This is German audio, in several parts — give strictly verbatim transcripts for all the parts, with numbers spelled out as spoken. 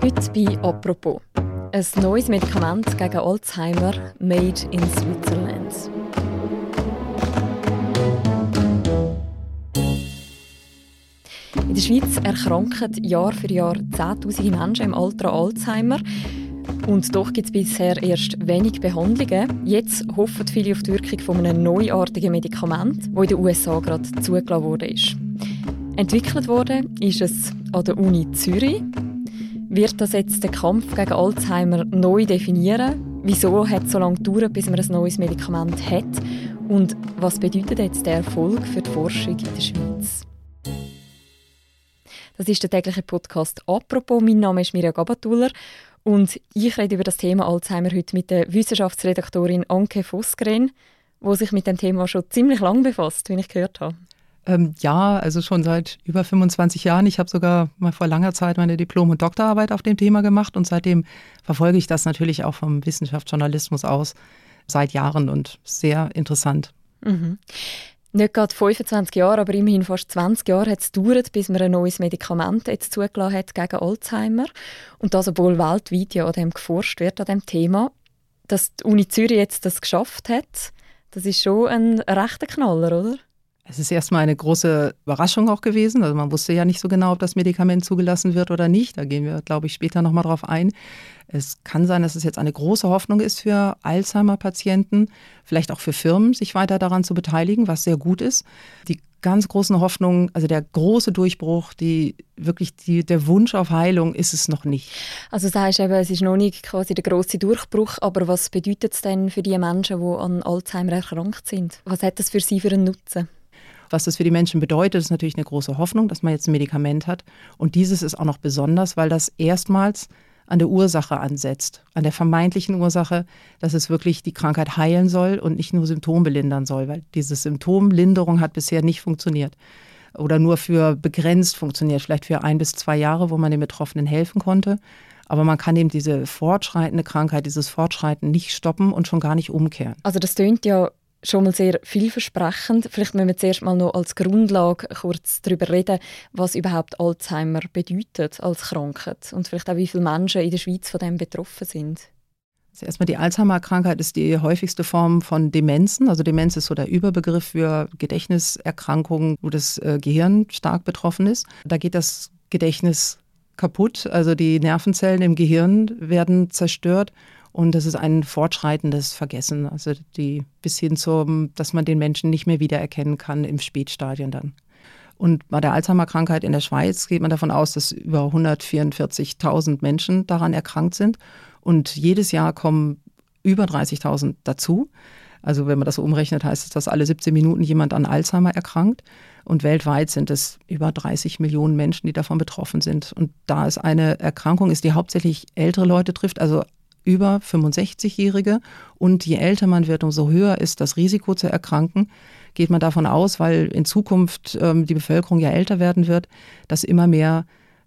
Heute bei «Apropos». Ein neues Medikament gegen Alzheimer, made in Switzerland. In der Schweiz erkranken Jahr für Jahr Zehntausende Menschen im Alter an Alzheimer. Und doch gibt es bisher erst wenig Behandlungen. Jetzt hoffen viele auf die Wirkung von einem neuartigen Medikament, das in den U S A gerade zugelassen wurde. Entwickelt worden ist es an der Uni Zürich. Wird das jetzt den Kampf gegen Alzheimer neu definieren? Wieso hat es so lange gedauert, bis man ein neues Medikament hat? Und was bedeutet jetzt der Erfolg für die Forschung in der Schweiz? Das ist der tägliche Podcast «Apropos». Mein Name ist Mirja Gabatuller und ich rede über das Thema Alzheimer heute mit der Wissenschaftsredaktorin Anke Vosgren, die sich mit dem Thema schon ziemlich lange befasst, wie ich gehört habe. Ähm, ja, also schon seit über fünfundzwanzig Jahren. Ich habe sogar mal vor langer Zeit meine Diplom- und Doktorarbeit auf dem Thema gemacht und seitdem verfolge ich das natürlich auch vom Wissenschaftsjournalismus aus seit Jahren und sehr interessant. Mhm. Nicht gerade fünfundzwanzig Jahre, aber immerhin fast zwanzig Jahre hat es gedauert, bis man ein neues Medikament jetzt zugelassen hat gegen Alzheimer. Und das, obwohl weltweit ja an dem geforscht wird, an dem Thema. Dass die Uni Zürich jetzt das geschafft hat, das ist schon ein rechter Knaller, oder? Es ist erstmal eine große Überraschung auch gewesen. Also man wusste ja nicht so genau, ob das Medikament zugelassen wird oder nicht. Da gehen wir, glaube ich, später nochmal drauf ein. Es kann sein, dass es jetzt eine große Hoffnung ist für Alzheimer-Patienten, vielleicht auch für Firmen, sich weiter daran zu beteiligen, was sehr gut ist. Die ganz großen Hoffnungen, also der große Durchbruch, die wirklich die, der Wunsch auf Heilung ist es noch nicht. Also du sagst eben, es ist noch nicht quasi der grosse Durchbruch, aber was bedeutet es denn für die Menschen, die an Alzheimer erkrankt sind? Was hat das für sie für einen Nutzen? Was das für die Menschen bedeutet, ist natürlich eine große Hoffnung, dass man jetzt ein Medikament hat. Und dieses ist auch noch besonders, weil das erstmals an der Ursache ansetzt, an der vermeintlichen Ursache, dass es wirklich die Krankheit heilen soll und nicht nur Symptome lindern soll, weil diese Symptomlinderung hat bisher nicht funktioniert oder nur für begrenzt funktioniert, vielleicht für ein bis zwei Jahre, wo man den Betroffenen helfen konnte. Aber man kann eben diese fortschreitende Krankheit, dieses Fortschreiten nicht stoppen und schon gar nicht umkehren. Also das tönt ja schon mal sehr vielversprechend. Vielleicht müssen wir zuerst mal noch als Grundlage kurz darüber reden, was überhaupt Alzheimer bedeutet als Krankheit und vielleicht auch, wie viele Menschen in der Schweiz von dem betroffen sind. Also erstmal die Alzheimer-Krankheit ist die häufigste Form von Demenzen. Also Demenz ist so der Überbegriff für Gedächtniserkrankungen, wo das Gehirn stark betroffen ist. Da geht das Gedächtnis kaputt, also die Nervenzellen im Gehirn werden zerstört. Und das ist ein fortschreitendes Vergessen, also die bis hin zum, dass man den Menschen nicht mehr wiedererkennen kann im Spätstadium dann. Und bei der Alzheimer-Krankheit in der Schweiz geht man davon aus, dass über hundertvierundvierzigtausend Menschen daran erkrankt sind. Und jedes Jahr kommen über dreißigtausend dazu. Also wenn man das so umrechnet, heißt es, dass alle siebzehn Minuten jemand an Alzheimer erkrankt. Und weltweit sind es über dreißig Millionen Menschen, die davon betroffen sind. Und da es eine Erkrankung ist, die hauptsächlich ältere Leute trifft, also über fünfundsechzigjährige, und je älter man wird, umso höher ist das Risiko zu erkranken, geht man davon aus, weil in Zukunft ähm, die Bevölkerung ja älter werden wird, dass immer mehr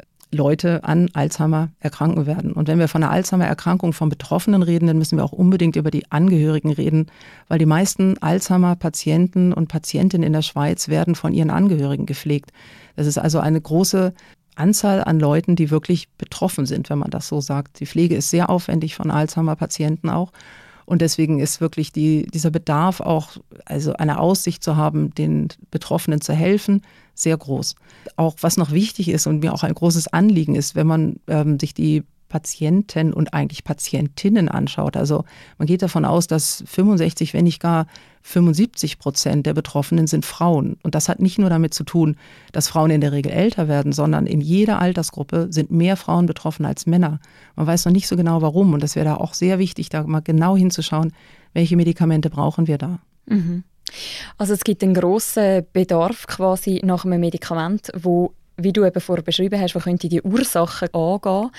Leute an Alzheimer erkranken werden. Und wenn wir von einer Alzheimer-Erkrankung von Betroffenen reden, dann müssen wir auch unbedingt über die Angehörigen reden, weil die meisten Alzheimer-Patienten und Patientinnen in der Schweiz werden von ihren Angehörigen gepflegt. Das ist also eine große Anzahl an Leuten, die wirklich betroffen sind, wenn man das so sagt. Die Pflege ist sehr aufwendig von Alzheimer-Patienten auch. Und deswegen ist wirklich die, dieser Bedarf auch, also eine Aussicht zu haben, den Betroffenen zu helfen, sehr groß. Auch was noch wichtig ist und mir auch ein großes Anliegen ist, wenn man ähm, sich die Patienten und eigentlich Patientinnen anschaut. Also man geht davon aus, dass fünfundsechzig, wenn nicht gar fünfundsiebzig Prozent der Betroffenen sind Frauen. Und das hat nicht nur damit zu tun, dass Frauen in der Regel älter werden, sondern in jeder Altersgruppe sind mehr Frauen betroffen als Männer. Man weiß noch nicht so genau, warum. Und das wäre da auch sehr wichtig, da mal genau hinzuschauen, welche Medikamente brauchen wir da. Mhm. Also es gibt einen grossen Bedarf quasi nach einem Medikament, wo, wie du eben vorher beschrieben hast, wo könnte die Ursachen angehen.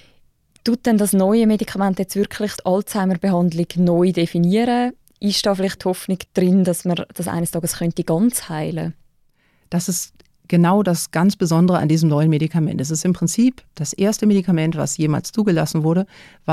Tut denn das neue Medikament jetzt wirklich die Alzheimer-Behandlung neu definieren? Ist da vielleicht die Hoffnung drin, dass man das eines Tages könnte ganz heilen? Das ist genau das ganz Besondere an diesem neuen Medikament. Es ist im Prinzip das erste Medikament, was jemals zugelassen wurde, was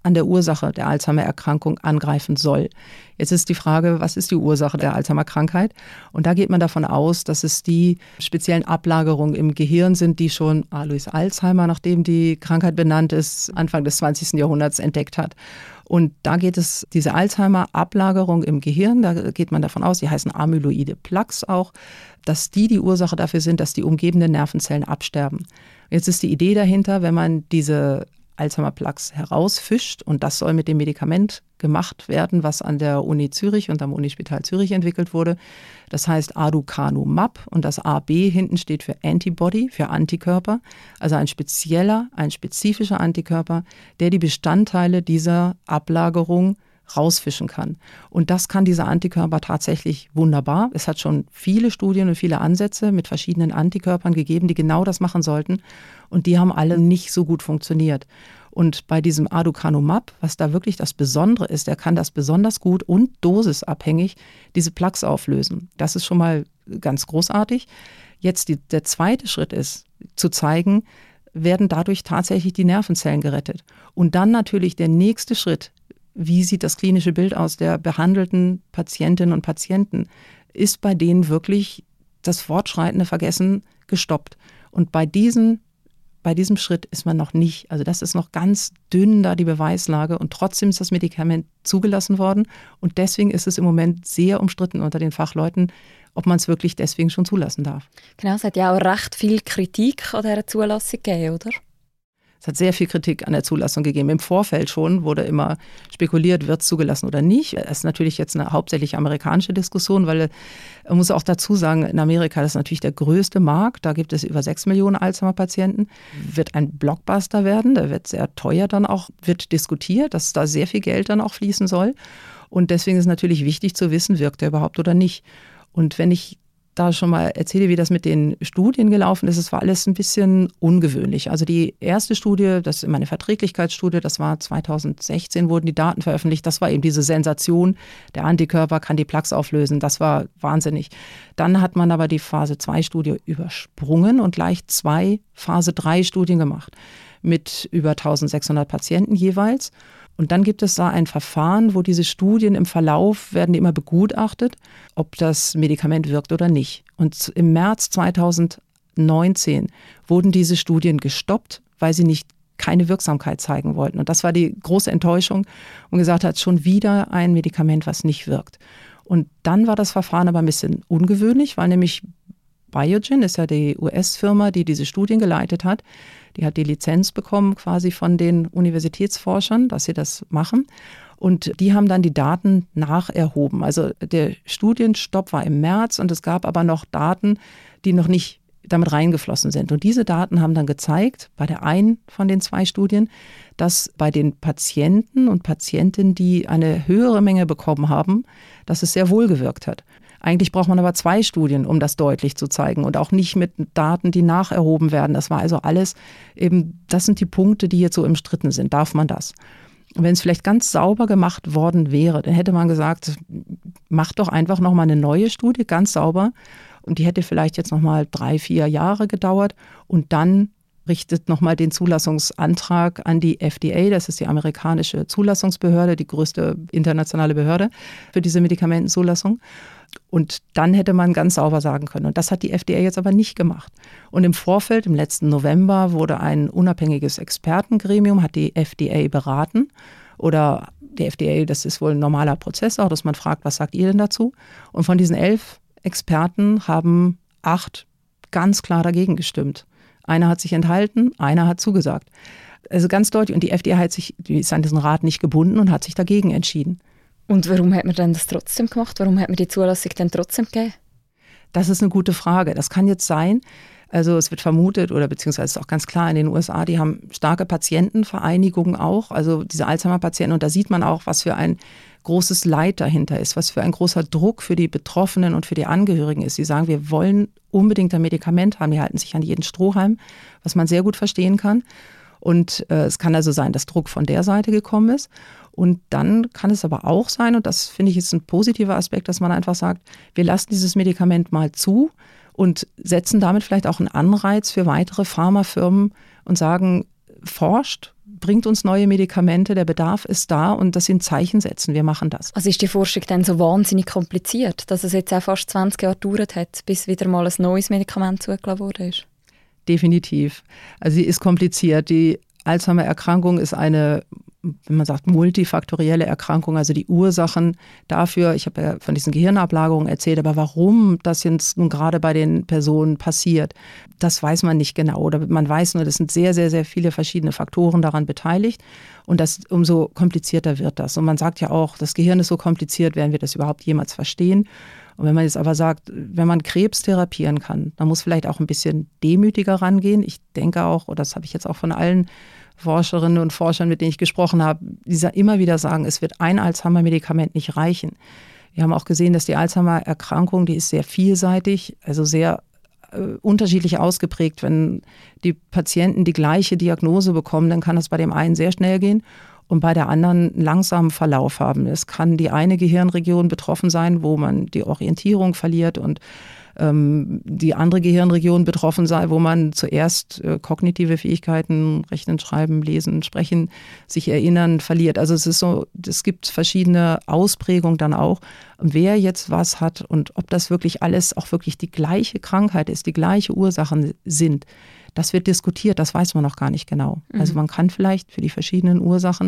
an der Ursache der Alzheimer-Erkrankung angreifen soll. Jetzt ist die Frage, was ist die Ursache der Alzheimer-Krankheit? Und da geht man davon aus, dass es die speziellen Ablagerungen im Gehirn sind, die schon Alois Alzheimer, nachdem die Krankheit benannt ist, Anfang des zwanzigsten Jahrhunderts entdeckt hat. Und da geht es, diese Alzheimer-Ablagerung im Gehirn, da geht man davon aus, die heißen amyloide Plaques auch, dass die die Ursache dafür sind, dass die umgebenden Nervenzellen absterben. Jetzt ist die Idee dahinter, wenn man diese Alzheimer-Plaques herausfischt, und das soll mit dem Medikament gemacht werden, was an der Uni Zürich und am Unispital Zürich entwickelt wurde. Das heißt Aducanumab, und das A B hinten steht für Antibody, für Antikörper, also ein spezieller, ein spezifischer Antikörper, der die Bestandteile dieser Ablagerung rausfischen kann. Und das kann dieser Antikörper tatsächlich wunderbar. Es hat schon viele Studien und viele Ansätze mit verschiedenen Antikörpern gegeben, die genau das machen sollten. Und die haben alle nicht so gut funktioniert. Und bei diesem Aducanumab, was da wirklich das Besondere ist, der kann das besonders gut und dosisabhängig diese Plaques auflösen. Das ist schon mal ganz großartig. Jetzt die, der zweite Schritt ist, zu zeigen, werden dadurch tatsächlich die Nervenzellen gerettet. Und dann natürlich der nächste Schritt, wie sieht das klinische Bild aus der behandelten Patientinnen und Patienten? Ist bei denen wirklich das fortschreitende Vergessen gestoppt? Und bei diesem, bei diesem Schritt ist man noch nicht. Also das ist noch ganz dünn da die Beweislage, und trotzdem ist das Medikament zugelassen worden. Und deswegen ist es im Moment sehr umstritten unter den Fachleuten, ob man es wirklich deswegen schon zulassen darf. Genau, es hat ja auch recht viel Kritik an dieser Zulassung gegeben, oder? Es hat sehr viel Kritik an der Zulassung gegeben. Im Vorfeld schon wurde immer spekuliert, wird es zugelassen oder nicht. Es ist natürlich jetzt eine hauptsächlich amerikanische Diskussion, weil man muss auch dazu sagen, in Amerika das ist natürlich der größte Markt. Da gibt es über sechs Millionen Alzheimer-Patienten. Wird ein Blockbuster werden, da wird sehr teuer dann auch, wird diskutiert, dass da sehr viel Geld dann auch fließen soll. Und deswegen ist es natürlich wichtig zu wissen, wirkt er überhaupt oder nicht. Und wenn ich da schon mal erzähle, wie das mit den Studien gelaufen ist, es war alles ein bisschen ungewöhnlich. Also die erste Studie, das ist meine Verträglichkeitsstudie, das war zweitausendsechzehn, wurden die Daten veröffentlicht. Das war eben diese Sensation, der Antikörper kann die Plaques auflösen. Das war wahnsinnig. Dann hat man aber die Phase zwei Studie übersprungen und gleich zwei Phase drei Studien gemacht mit über eintausendsechshundert Patienten jeweils. Und dann gibt es da ein Verfahren, wo diese Studien im Verlauf werden die immer begutachtet, ob das Medikament wirkt oder nicht. Und im März zweitausendneunzehn wurden diese Studien gestoppt, weil sie nicht keine Wirksamkeit zeigen wollten. Und das war die große Enttäuschung und gesagt hat, schon wieder ein Medikament, was nicht wirkt. Und dann war das Verfahren aber ein bisschen ungewöhnlich, weil nämlich Biogen ist ja die U S-Firma, die diese Studien geleitet hat. Die hat die Lizenz bekommen quasi von den Universitätsforschern, dass sie das machen. Und die haben dann die Daten nacherhoben. Also der Studienstopp war im März und es gab aber noch Daten, die noch nicht damit reingeflossen sind. Und diese Daten haben dann gezeigt, bei der einen von den zwei Studien, dass bei den Patienten und Patientinnen, die eine höhere Menge bekommen haben, dass es sehr wohl gewirkt hat. Eigentlich braucht man aber zwei Studien, um das deutlich zu zeigen und auch nicht mit Daten, die nacherhoben werden. Das war also alles eben, das sind die Punkte, die jetzt so umstritten sind. Darf man das? Und wenn es vielleicht ganz sauber gemacht worden wäre, dann hätte man gesagt, macht doch einfach nochmal eine neue Studie, ganz sauber. Und die hätte vielleicht jetzt nochmal drei, vier Jahre gedauert. Und dann richtet nochmal den Zulassungsantrag an die F D A, das ist die amerikanische Zulassungsbehörde, die größte internationale Behörde für diese Medikamentenzulassung. Und dann hätte man ganz sauber sagen können. Und das hat die F D A jetzt aber nicht gemacht. Und im Vorfeld, im letzten November, wurde ein unabhängiges Expertengremium, hat die F D A beraten. Oder die F D A, das ist wohl ein normaler Prozess auch, dass man fragt, was sagt ihr denn dazu? Und von diesen elf Experten haben acht ganz klar dagegen gestimmt. Einer hat sich enthalten, einer hat zugesagt. Also ganz deutlich. Und die F D A hat sich, die ist an diesen Rat nicht gebunden und hat sich dagegen entschieden. Und warum hat man dann das trotzdem gemacht? Warum hat man die Zulassung dann trotzdem gegeben? Das ist eine gute Frage. Das kann jetzt sein, also es wird vermutet oder beziehungsweise ist auch ganz klar in den U S A, die haben starke Patientenvereinigungen auch, also diese Alzheimer-Patienten. Und da sieht man auch, was für ein großes Leid dahinter ist, was für ein großer Druck für die Betroffenen und für die Angehörigen ist. Sie sagen, wir wollen unbedingt ein Medikament haben. Die halten sich an jeden Strohhalm, was man sehr gut verstehen kann. Und äh, es kann also sein, dass Druck von der Seite gekommen ist. Und dann kann es aber auch sein, und das finde ich ist ein positiver Aspekt, dass man einfach sagt, wir lassen dieses Medikament mal zu und setzen damit vielleicht auch einen Anreiz für weitere Pharmafirmen und sagen, forscht, bringt uns neue Medikamente, der Bedarf ist da und das sind Zeichen setzen, wir machen das. Also ist die Forschung dann so wahnsinnig kompliziert, dass es jetzt auch fast zwanzig Jahre gedauert hat, bis wieder mal ein neues Medikament zugelassen wurde? Definitiv. Also sie ist kompliziert. Die Alzheimer-Erkrankung ist eine, wenn man sagt, multifaktorielle Erkrankung, also die Ursachen dafür, ich habe ja von diesen Gehirnablagerungen erzählt, aber warum das jetzt nun gerade bei den Personen passiert, das weiß man nicht genau. Oder man weiß nur, das sind sehr, sehr, sehr viele verschiedene Faktoren daran beteiligt und das, umso komplizierter wird das. Und man sagt ja auch, das Gehirn ist so kompliziert, werden wir das überhaupt jemals verstehen? Und wenn man jetzt aber sagt, wenn man Krebs therapieren kann, dann muss vielleicht auch ein bisschen demütiger rangehen. Ich denke auch, und das habe ich jetzt auch von allen Forscherinnen und Forschern, mit denen ich gesprochen habe, die immer wieder sagen, es wird ein Alzheimer-Medikament nicht reichen. Wir haben auch gesehen, dass die Alzheimer-Erkrankung, die ist sehr vielseitig, also sehr äh, unterschiedlich ausgeprägt. Wenn die Patienten die gleiche Diagnose bekommen, dann kann das bei dem einen sehr schnell gehen und bei der anderen einen langsamen Verlauf haben. Es kann die eine Gehirnregion betroffen sein, wo man die Orientierung verliert und ähm, die andere Gehirnregion betroffen sei, wo man zuerst äh, kognitive Fähigkeiten, Rechnen, Schreiben, Lesen, Sprechen, sich erinnern, verliert. Also es ist so, es gibt verschiedene Ausprägungen dann auch. Wer jetzt was hat und ob das wirklich alles auch wirklich die gleiche Krankheit ist, die gleiche Ursachen sind, das wird diskutiert, das weiß man noch gar nicht genau. Mhm. Also man kann vielleicht für die verschiedenen Ursachen,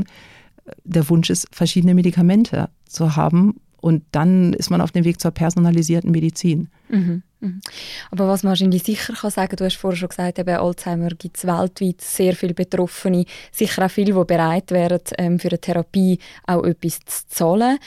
der Wunsch ist, verschiedene Medikamente zu haben und dann ist man auf dem Weg zur personalisierten Medizin. Mhm. Mhm. Aber was man wahrscheinlich sicher kann sagen, du hast vorher schon gesagt, bei Alzheimer gibt es weltweit sehr viele Betroffene, sicher auch viele, die bereit wären, ähm, für eine Therapie auch etwas zu zahlen.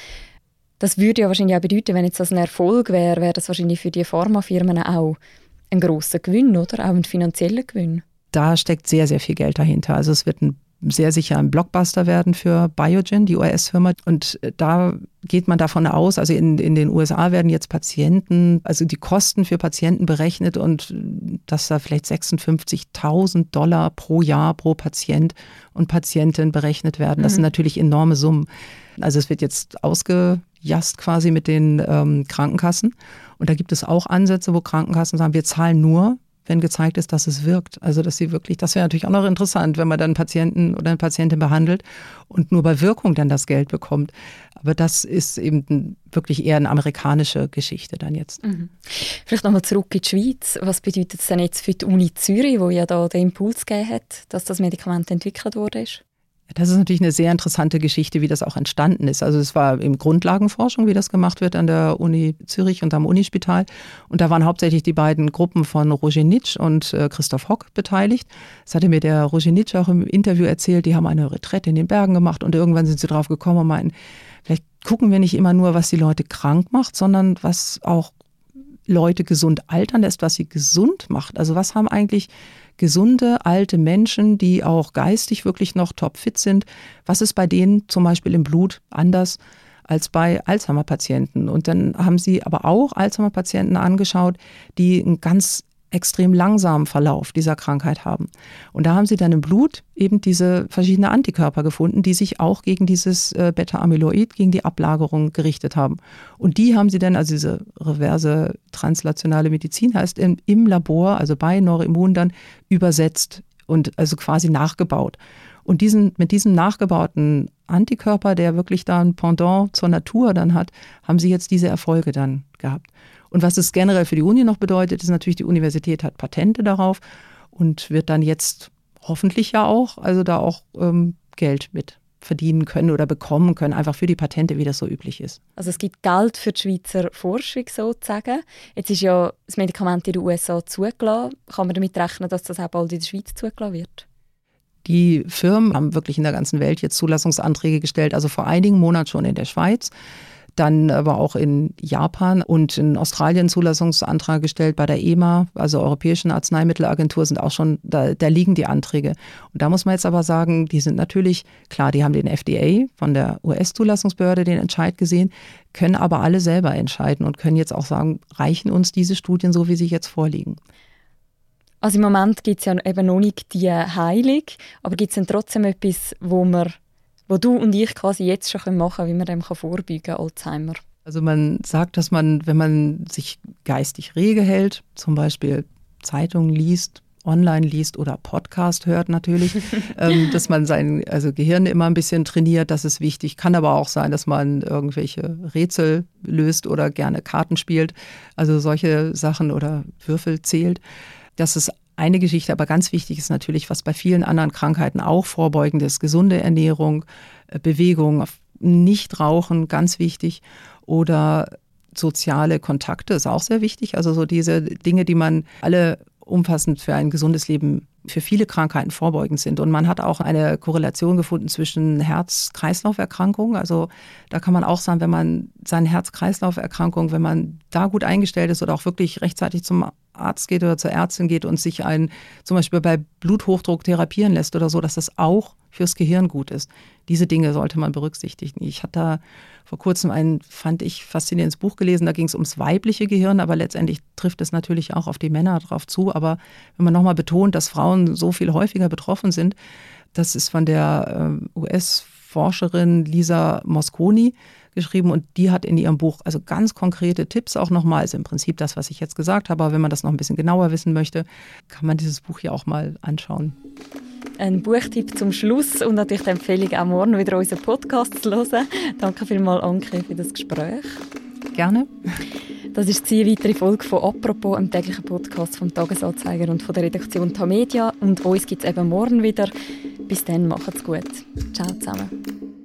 Das würde ja wahrscheinlich auch bedeuten, wenn jetzt das ein Erfolg wäre, wäre das wahrscheinlich für die Pharmafirmen auch ein grosser Gewinn, oder? Auch ein finanzieller Gewinn. Da steckt sehr, sehr viel Geld dahinter. Also es wird ein, sehr sicher ein Blockbuster werden für Biogen, die U S-Firma. Und da geht man davon aus, also in, in den U S A werden jetzt Patienten, also die Kosten für Patienten berechnet und dass da vielleicht sechsundfünfzigtausend Dollar pro Jahr pro Patient und Patientin berechnet werden. Das mhm. sind natürlich enorme Summen. Also es wird jetzt ausgejasst quasi mit den ähm, Krankenkassen. Und da gibt es auch Ansätze, wo Krankenkassen sagen, wir zahlen nur, wenn gezeigt ist, dass es wirkt. Also dass sie wirklich, das wäre natürlich auch noch interessant, wenn man dann einen Patienten oder eine Patientin behandelt und nur bei Wirkung dann das Geld bekommt. Aber das ist eben wirklich eher eine amerikanische Geschichte dann jetzt. Mhm. Vielleicht nochmal zurück in die Schweiz. Was bedeutet es denn jetzt für die Uni Zürich, wo ja da den Impuls gegeben hat, dass das Medikament entwickelt wurde? Das ist natürlich eine sehr interessante Geschichte, wie das auch entstanden ist. Also es war eben Grundlagenforschung, wie das gemacht wird an der Uni Zürich und am Unispital. Und da waren hauptsächlich die beiden Gruppen von Roger Nitsch und äh, Christoph Hock beteiligt. Das hatte mir der Roger Nitsch auch im Interview erzählt. Die haben eine Retraite in den Bergen gemacht und irgendwann sind sie drauf gekommen und meinten, vielleicht gucken wir nicht immer nur, was die Leute krank macht, sondern was auch Leute gesund altern lässt, was sie gesund macht. Also was haben eigentlich gesunde, alte Menschen, die auch geistig wirklich noch topfit sind, was ist bei denen zum Beispiel im Blut anders als bei Alzheimer-Patienten? Und dann haben sie aber auch Alzheimer-Patienten angeschaut, die einen ganz extrem langsamen Verlauf dieser Krankheit haben. Und da haben sie dann im Blut eben diese verschiedenen Antikörper gefunden, die sich auch gegen dieses Beta-Amyloid, gegen die Ablagerung gerichtet haben. Und die haben sie dann, also diese reverse translationale Medizin heißt, im, im Labor, also bei Neuroimmun dann übersetzt und also quasi nachgebaut. Und diesen, mit diesem nachgebauten Antikörper, der wirklich da ein Pendant zur Natur dann hat, haben sie jetzt diese Erfolge dann gehabt. Und was es generell für die Uni noch bedeutet, ist natürlich, die Universität hat Patente darauf und wird dann jetzt hoffentlich ja auch, also da auch ähm, Geld mit verdienen können oder bekommen können, einfach für die Patente, wie das so üblich ist. Also es gibt Geld für die Schweizer Forschung sozusagen. Jetzt ist ja das Medikament in den U S A zugelassen. Kann man damit rechnen, dass das auch bald in der Schweiz zugelassen wird? Die Firmen haben wirklich in der ganzen Welt jetzt Zulassungsanträge gestellt, also vor einigen Monaten schon in der Schweiz. Dann aber auch in Japan und in Australien einen Zulassungsantrag gestellt bei der E M A, also Europäischen Arzneimittelagentur, sind auch schon, da, da liegen die Anträge. Und da muss man jetzt aber sagen, die sind natürlich, klar, die haben den F D A von der U S-Zulassungsbehörde den Entscheid gesehen, können aber alle selber entscheiden und können jetzt auch sagen, reichen uns diese Studien so, wie sie jetzt vorliegen. Also im Moment gibt es ja eben noch nicht die Heilung, aber gibt es denn trotzdem etwas, wo wir wo du und ich quasi jetzt schon machen können, wie man dem vorbeugen kann, Alzheimer? Also man sagt, dass man, wenn man sich geistig rege hält, zum Beispiel Zeitungen liest online liest oder Podcast hört natürlich, ähm, dass man sein also Gehirn immer ein bisschen trainiert, das ist wichtig. Kann aber auch sein, dass man irgendwelche Rätsel löst oder gerne Karten spielt, also solche Sachen oder Würfel zählt. Das ist eine Geschichte, aber ganz wichtig ist natürlich, was bei vielen anderen Krankheiten auch vorbeugend ist, gesunde Ernährung, Bewegung, nicht rauchen, ganz wichtig, oder soziale Kontakte ist auch sehr wichtig. Also so diese Dinge, die man alle umfassend für ein gesundes Leben, für viele Krankheiten vorbeugend sind. Und man hat auch eine Korrelation gefunden zwischen Herz-Kreislauf-Erkrankungen. Also da kann man auch sagen, wenn man seine Herz-Kreislauf-Erkrankung, wenn man da gut eingestellt ist oder auch wirklich rechtzeitig zum Arzt geht oder zur Ärztin geht und sich ein, zum Beispiel bei Bluthochdruck therapieren lässt oder so, dass das auch fürs Gehirn gut ist. Diese Dinge sollte man berücksichtigen. Ich hatte da vor kurzem ein, fand ich, faszinierendes Buch gelesen, da ging es ums weibliche Gehirn, aber letztendlich trifft es natürlich auch auf die Männer drauf zu. Aber wenn man nochmal betont, dass Frauen so viel häufiger betroffen sind, das ist von der äh, U S-Forscherin Lisa Mosconi geschrieben und die hat in ihrem Buch also ganz konkrete Tipps auch nochmal, also im Prinzip das, was ich jetzt gesagt habe, aber wenn man das noch ein bisschen genauer wissen möchte, kann man dieses Buch hier auch mal anschauen. Ein Buchtipp zum Schluss und natürlich die Empfehlung, auch morgen wieder unseren Podcast zu hören. Danke vielmals, Anke, für das Gespräch. Gerne. Das ist eine weitere Folge von «Apropos», einem täglichen Podcast vom «Tagesanzeiger» und von der Redaktion Tamedia. Und uns gibt es eben morgen wieder. Bis dann, macht's gut. Ciao zusammen.